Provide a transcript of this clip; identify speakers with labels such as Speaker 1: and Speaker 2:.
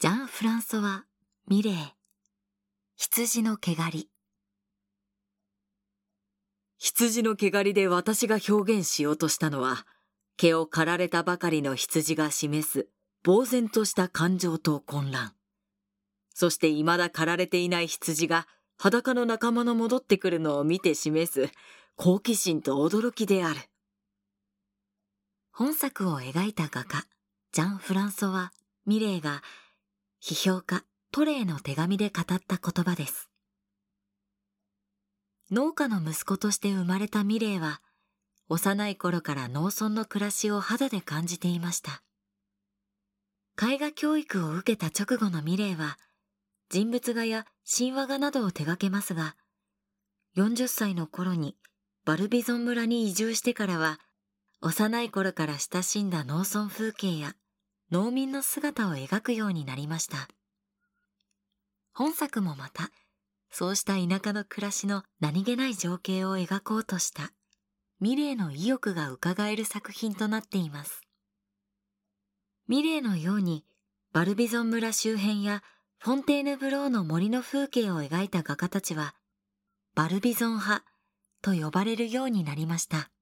Speaker 1: ジャン・フランソワ・ミレー、羊の毛刈り。羊の毛刈りで私が表現しようとしたのは、毛を刈られたばかりの羊が示す呆然とした感情と混乱。そして未だ刈られていない羊が裸の仲間の戻ってくるのを見て示す好奇心と驚きである。本作を描いた画家、ジャン・フランソワ・ミレーが、批評家トレーの手紙で語った言葉です。農家の息子として生まれたミレーは、幼い頃から農村の暮らしを肌で感じていました。絵画教育を受けた直後のミレーは、人物画や神話画などを手掛けますが、40歳の頃にバルビゾン村に移住してからは、幼い頃から親しんだ農村風景や農民の姿を描くようになりました。本作もまた、そうした田舎の暮らしの何気ない情景を描こうとしたミレーの意欲が伺える作品となっています。ミレーのようにバルビゾン村周辺やフォンテーヌブローの森の風景を描いた画家たちはバルビゾン派と呼ばれるようになりました。